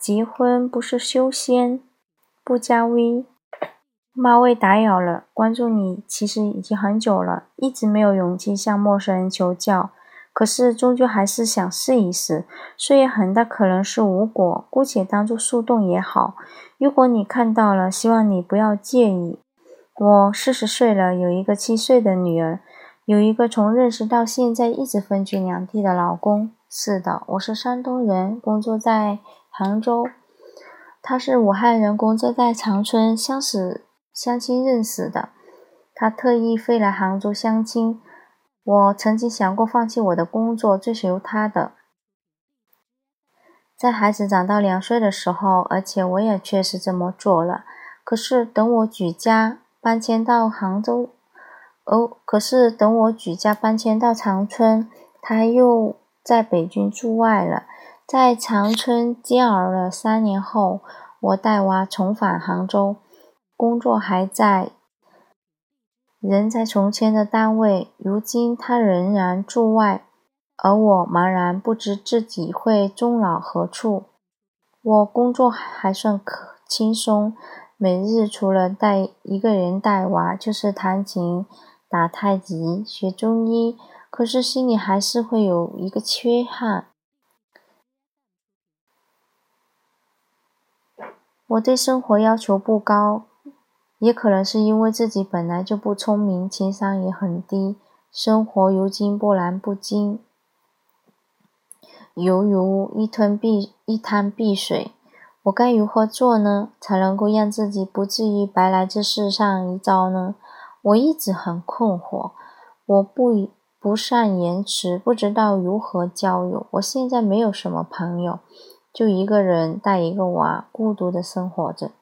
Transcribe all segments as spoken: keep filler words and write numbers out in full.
结婚不是修仙，不加微。冒昧打扰了，关注你其实已经很久了，一直没有勇气向陌生人求教，可是终究还是想试一试，虽然很大可能是无果，姑且当作树洞也好。如果你看到了，希望你不要介意。我四十岁了，有一个七岁的女儿，有一个从认识到现在一直分居两地的老公。是的，我是山东人，工作在杭州。他是武汉人，工作在长春，相识相亲认识的。他特意飞来杭州相亲。我曾经想过放弃我的工作，追求他的。在孩子长到两岁的时候，而且我也确实这么做了。可是等我举家搬迁到杭州，哦，可是等我举家搬迁到长春，他又在北京驻外了。在长春煎熬了三年后，我带娃重返杭州，工作还在，人在从前的单位，如今他仍然驻外，而我茫然不知自己会终老何处。我工作还算可轻松，每日除了带一个人带娃，就是弹琴、打太极、学中医，可是心里还是会有一个缺憾。我对生活要求不高，也可能是因为自己本来就不聪明，情商也很低，生活如今波澜不惊，犹如一吞碧一滩碧水。我该如何做呢，才能够让自己不至于白来这世上一遭呢？我一直很困惑。我不不善言辞，不知道如何交友。我现在没有什么朋友，就一个人带一个娃，孤独的生活着。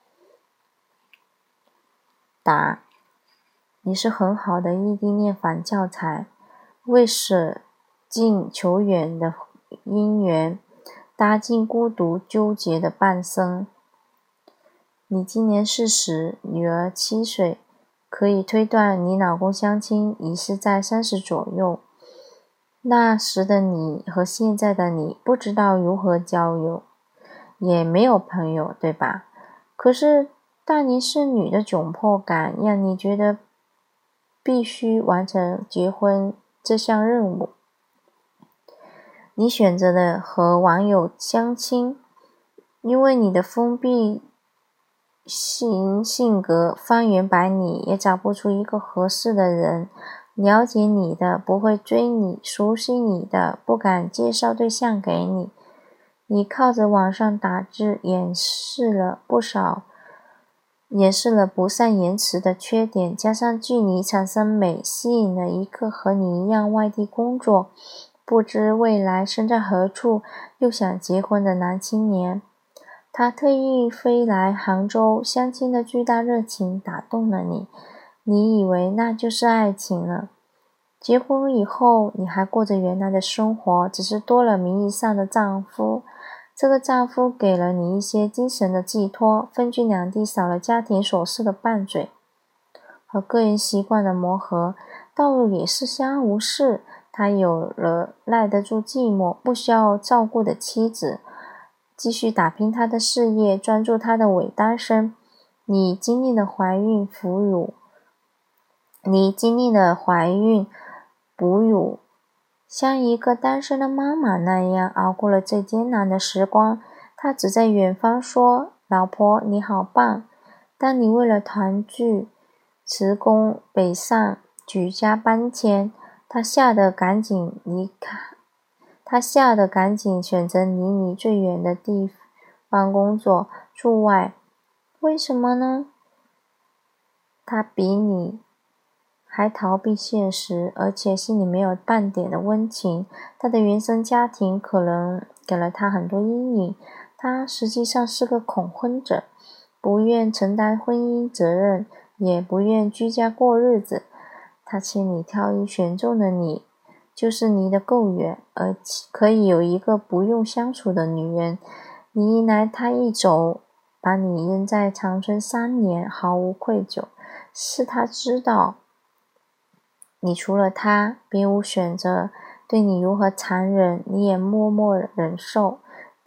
答：你是很好的异地恋反教材，为舍近求远的姻缘搭进孤独纠结的半生。你今年四十，女儿七岁，可以推断你老公相亲已是在三十左右。那时的你和现在的你不知道如何交友，也没有朋友，对吧？可是大龄是女的窘迫感让你觉得必须完成结婚这项任务。你选择了和网友相亲，因为你的封闭性性格方圆百里也找不出一个合适的人，了解你的不会追你，熟悉你的不敢介绍对象给你。你靠着网上打字掩饰了不少掩饰了不善言辞的缺点，加上距离产生美，吸引了一个和你一样外地工作，不知未来身在何处，又想结婚的男青年。他特意飞来杭州相亲的巨大热情打动了你，你以为那就是爱情了。结婚以后，你还过着原来的生活，只是多了名义上的丈夫。这个丈夫给了你一些精神的寄托，分居两地少了家庭琐事的拌嘴和个人习惯的磨合，倒也是相安无事。他有了耐得住寂寞，不需要照顾的妻子，继续打拼他的事业，专注他的伪单身。你经历了怀孕哺乳，你经历了怀孕哺乳，像一个单身的妈妈那样熬过了最艰难的时光。他只在远方说：“老婆，你好棒。”当你为了团聚辞工北上，举家搬迁，他吓得赶紧离开，他吓得赶紧选择离你最远的地方工作，驻外。为什么呢？他比你还逃避现实，而且心里没有半点的温情。他的原生家庭可能给了他很多阴影，他实际上是个恐婚者，不愿承担婚姻责任，也不愿居家过日子。他千里挑一选中了你，就是离得够远，而且可以有一个不用相处的女人。你一来他一走，把你扔在长春三年，毫无愧疚。是他知道你除了他别无选择，对你如何残忍，你也默默忍受。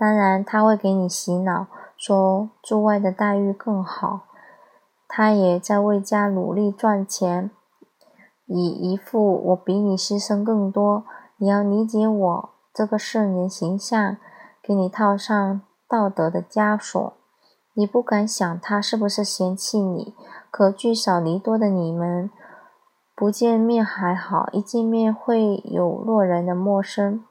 当然他会给你洗脑，说驻外的待遇更好，他也在为家努力赚钱，以一副我比你牺牲更多，你要理解我这个圣人形象，给你套上道德的枷锁。你不敢想他是不是嫌弃你，可聚少离多的你们，不见面还好，一见面会有落人的陌生。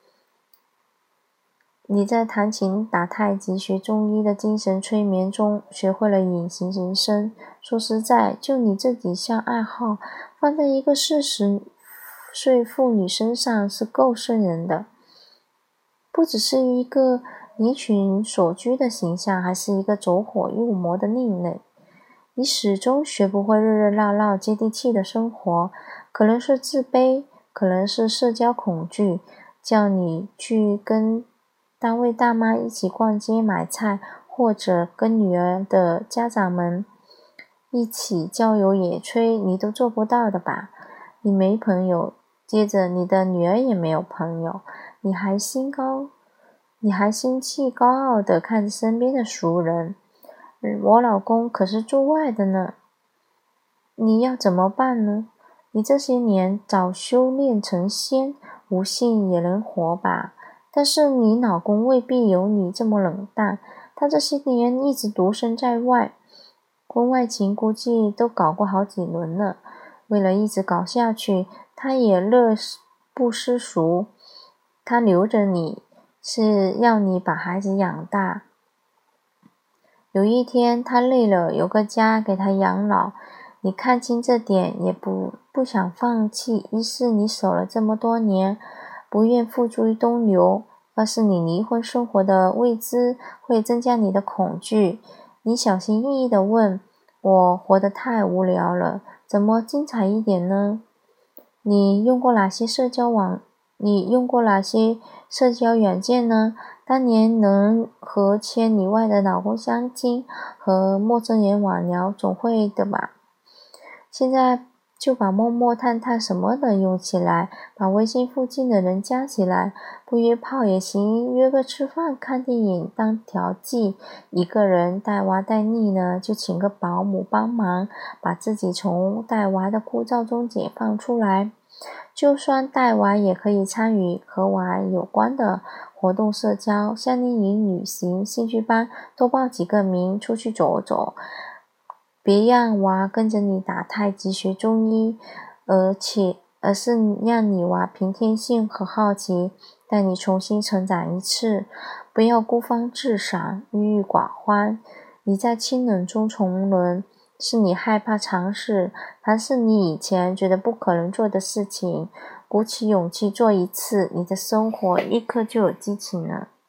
你在弹琴、打太极、学中医的精神催眠中学会了隐形人生。说实在，就你这几项爱好，放在一个四十岁妇女身上是够瘆人的。不只是一个离群所居的形象，还是一个走火入魔的另类。你始终学不会热热闹闹接地气的生活，可能是自卑，可能是社交恐惧，叫你去跟单位大妈一起逛街买菜，或者跟女儿的家长们一起郊游野炊，你都做不到的吧？你没朋友，接着你的女儿也没有朋友，你还心高，你还心气高傲地看着身边的熟人，我老公可是驻外的呢，你要怎么办呢？你这些年早修炼成仙，无性也能活吧？但是你老公未必有你这么冷淡，他这些年一直独身在外，婚外情估计都搞过好几轮了。为了一直搞下去，他也乐不思蜀。他留着你，是要你把孩子养大。有一天他累了，有个家给他养老，你看清这点也不不想放弃。一是你守了这么多年，不愿付诸于东流；二是你离婚生活的未知会增加你的恐惧。你小心翼翼地问，我活得太无聊了，怎么精彩一点呢？你用过哪些社交网你用过哪些社交软件呢？当年能和千里外的老公相亲，和陌生人网聊，总会的吧？现在就把陌陌、探探什么的用起来，把微信附近的人加起来，不约炮也行，约个吃饭、看电影当调剂。一个人带娃带腻呢，就请个保姆帮忙，把自己从带娃的枯燥中解放出来。就算带娃也可以参与和娃有关的活动社交，夏令营、旅行、兴趣班，多报几个名，出去走走。别让娃跟着你打太极学中医，而且而是让你娃凭天性和好奇带你重新成长一次。不要孤芳自赏，郁郁寡欢。你在清冷中沉沦，是你害怕尝试，凡是你以前觉得不可能做的事情，鼓起勇气做一次，你的生活立刻就有激情了。